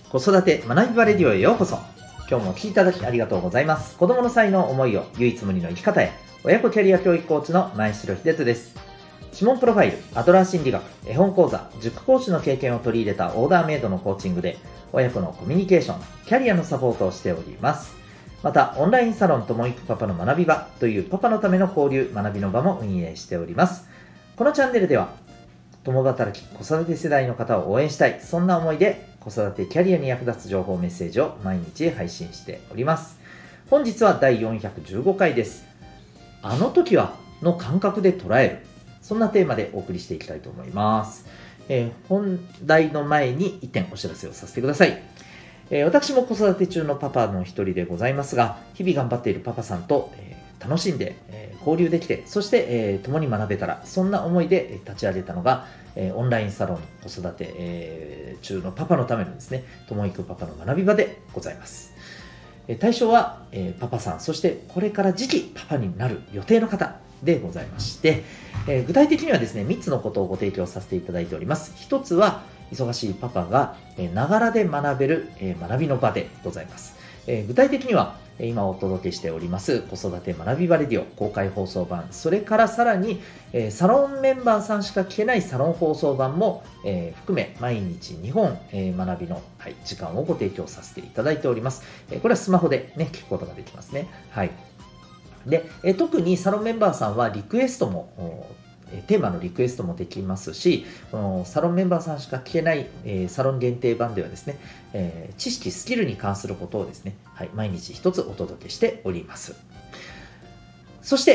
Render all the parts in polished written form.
子育て学びバレディオへようこそ。今日もお聞きいただきありがとうございます。子供の才能、思いを唯一無二の生き方へ、親子キャリア教育コーチの前城秀人です。指紋プロファイル、アドラー心理学、絵本講座、塾講師の経験を取り入れたオーダーメイドのコーチングで、親子のコミュニケーション、キャリアのサポートをしております。また、オンラインサロンともいくパパの学び場というパパのための交流、学びの場も運営しております。このチャンネルでは、共働き子育て世代の方を応援したい、そんな思いで子育てキャリアに役立つ情報メッセージを毎日配信しております。本日は第415回です。あの時はの感覚で捉える、そんなテーマでお送りしていきたいと思います。本題の前に1点お知らせをさせてください。私も子育て中のパパの一人でございますが、日々頑張っているパパさんと、楽しんで、交流できて、そして、共に学べたら、そんな思いで立ち上げたのが、オンラインサロン子育て、中のパパのためのですね、ともいくパパの学び場でございます。対象は、パパさん、そしてこれから次期パパになる予定の方でございまして、具体的にはですね、3つのことをご提供させていただいております。1つは、忙しいパパがながらで学べる学びの場でございます。具体的には今お届けしております子育て学びバレディオ公開放送版、それからさらにサロンメンバーさんしか聞けないサロン放送版も含め毎日2本学びの時間をご提供させていただいております。これはスマホでね聞くことができますね。はい。で特にサロンメンバーさんはリクエストもテーマのリクエストもできますし、サロンメンバーさんしか聞けない、サロン限定版ではですね、知識、スキルに関することをですね、毎日一つお届けしております。そして、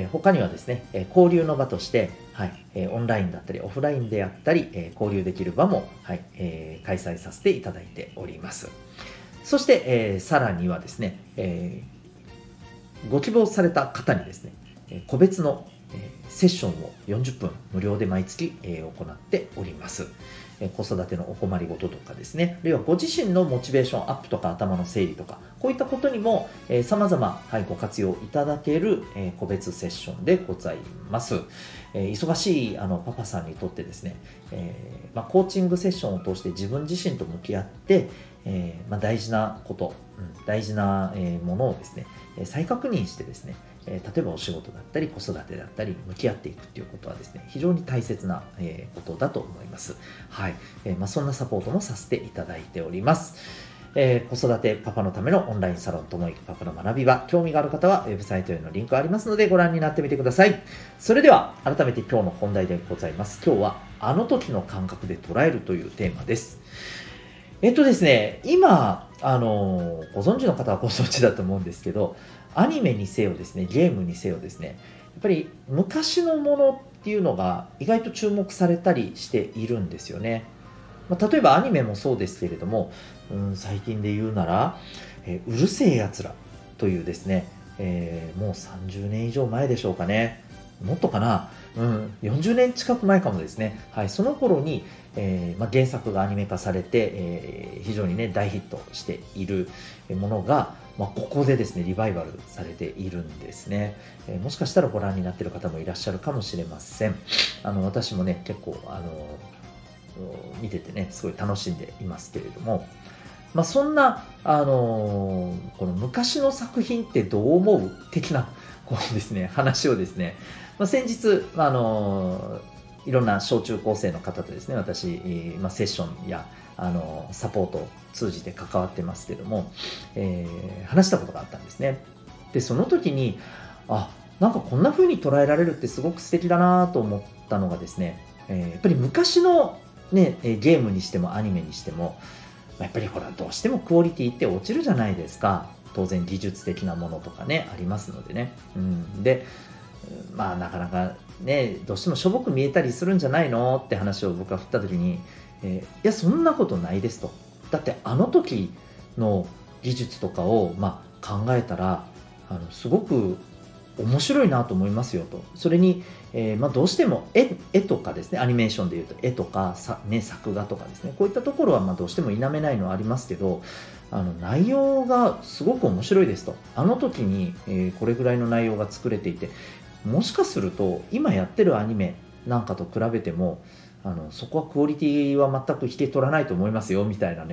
他にはですね、交流の場として、オンラインだったりオフラインであったり、交流できる場も、開催させていただいております。そして、さらにはですね、ご希望された方にですね、個別のセッションを40分無料で毎月行っております。子育てのお困りごととかですね、あるいはご自身のモチベーションアップとか頭の整理とか、こういったことにも様々ご活用いただける個別セッションでございます。忙しいパパさんにとってですね、コーチングセッションを通して自分自身と向き合って、大事なこと、大事なものをですね、再確認してですね、例えばお仕事だったり子育てだったり向き合っていくっていうことはですね、非常に大切なことだと思います。はい。そんなサポートもさせていただいております。子育てパパのためのオンラインサロンともいくパパの学び場、興味がある方はウェブサイトへのリンクありますのでご覧になってみてください。それでは改めて今日の本題でございます。今日はあの時の感覚で捉えるというテーマです。ですね、今ご存知の方はご存知だと思うんですけど、アニメにせよですね、ゲームにせよですね、やっぱり昔のものっていうのが意外と注目されたりしているんですよね。例えばアニメもそうですけれども、最近で言うなら、うるせえやつらというですね、もう30年以上前でしょうかね。もっとかな、40年近く前かもですね。その頃に、原作がアニメ化されて、非常にね、大ヒットしているものが、ここでですね、リバイバルされているんですね。もしかしたらご覧になっている方もいらっしゃるかもしれません。私もね、結構、見ててね、すごい楽しんでいますけれども、そんな、この昔の作品ってどう思う的な、こうですね、話をですね、先日、いろんな小中高生の方とですね、私、セッションや、サポートを通じて関わってますけども、話したことがあったんですね。で、その時に、なんかこんな風に捉えられるってすごく素敵だなと思ったのがですね、やっぱり昔のね、ゲームにしてもアニメにしても、やっぱりほら、どうしてもクオリティって落ちるじゃないですか。当然技術的なものとかね、ありますのでね。で、なかなかね、どうしてもしょぼく見えたりするんじゃないのって話を僕が振った時に、いや、そんなことないですと。だってあの時の技術とかを、考えたら、すごく面白いなと思いますよと。それに、どうしても絵とかですね、アニメーションでいうと絵とか作画とかですね、こういったところはどうしても否めないのはありますけど、内容がすごく面白いですと。あの時に、これぐらいの内容が作れていて、もしかすると今やってるアニメなんかと比べてもそこはクオリティは全く引け取らないと思いますよみたいなね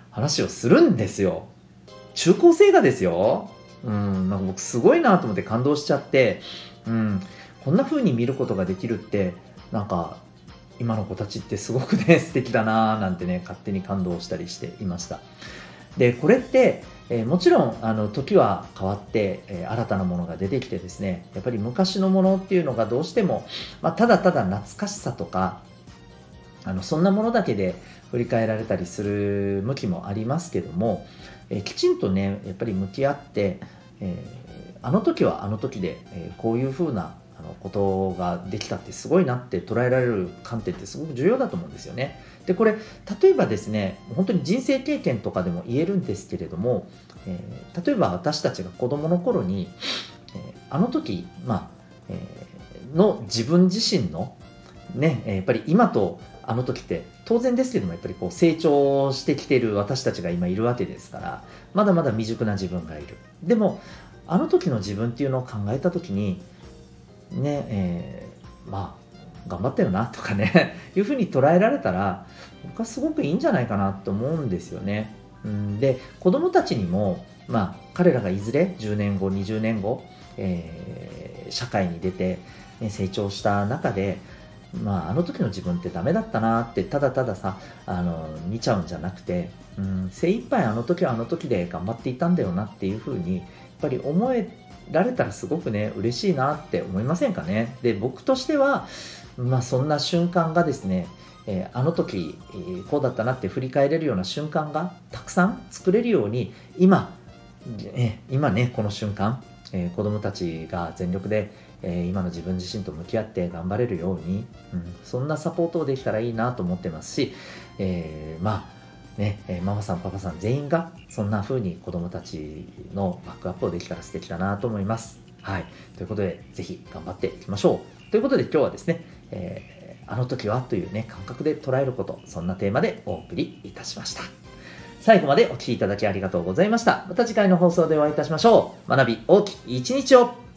話をするんですよ。中高生がですよ。なんか僕すごいなと思って感動しちゃって、こんな風に見ることができるって、なんか今の子たちってすごくね、素敵だなぁなんてね、勝手に感動したりしていました。で、これって、もちろん、時は変わって、新たなものが出てきてですね、やっぱり昔のものっていうのがどうしても、ただただ懐かしさとか、そんなものだけで振り返られたりする向きもありますけども、きちんとね、やっぱり向き合って、あの時はあの時で、こういう風なことができたってすごいなって捉えられる観点ってすごく重要だと思うんですよね。で、これ、例えばですね、本当に人生経験とかでも言えるんですけれども、例えば私たちが子供の頃に、あの時、の自分自身のね、やっぱり今とあの時って当然ですけども、やっぱりこう成長してきている私たちが今いるわけですから、まだまだ未熟な自分がいる。でも、あの時の自分っていうのを考えた時に、ね、頑張ったよなとかねいうふうに捉えられたら、僕はすごくいいんじゃないかなと思うんですよね。で、子供たちにも、彼らがいずれ10年後、20年後、社会に出て、ね、成長した中で、あの時の自分ってダメだったなってただたださ、見ちゃうんじゃなくて、精一杯あの時はあの時で頑張っていたんだよなっていうふうに、やっぱり思えられたらすごくね、嬉しいなって思いませんかね。で、僕としては、そんな瞬間がですね、あの時、こうだったなって振り返れるような瞬間がたくさん作れるように、今ね、この瞬間、子供たちが全力で、今の自分自身と向き合って頑張れるように、そんなサポートをできたらいいなと思ってますし、ママさんパパさん全員がそんな風に子供たちのバックアップをできたら素敵だなと思います。はい。ということで、ぜひ頑張っていきましょう。ということで今日はですね、あの時はというね、感覚で捉えること、そんなテーマでお送りいたしました。最後までお聞きいただきありがとうございました。また次回の放送でお会いいたしましょう。学び大きい一日を。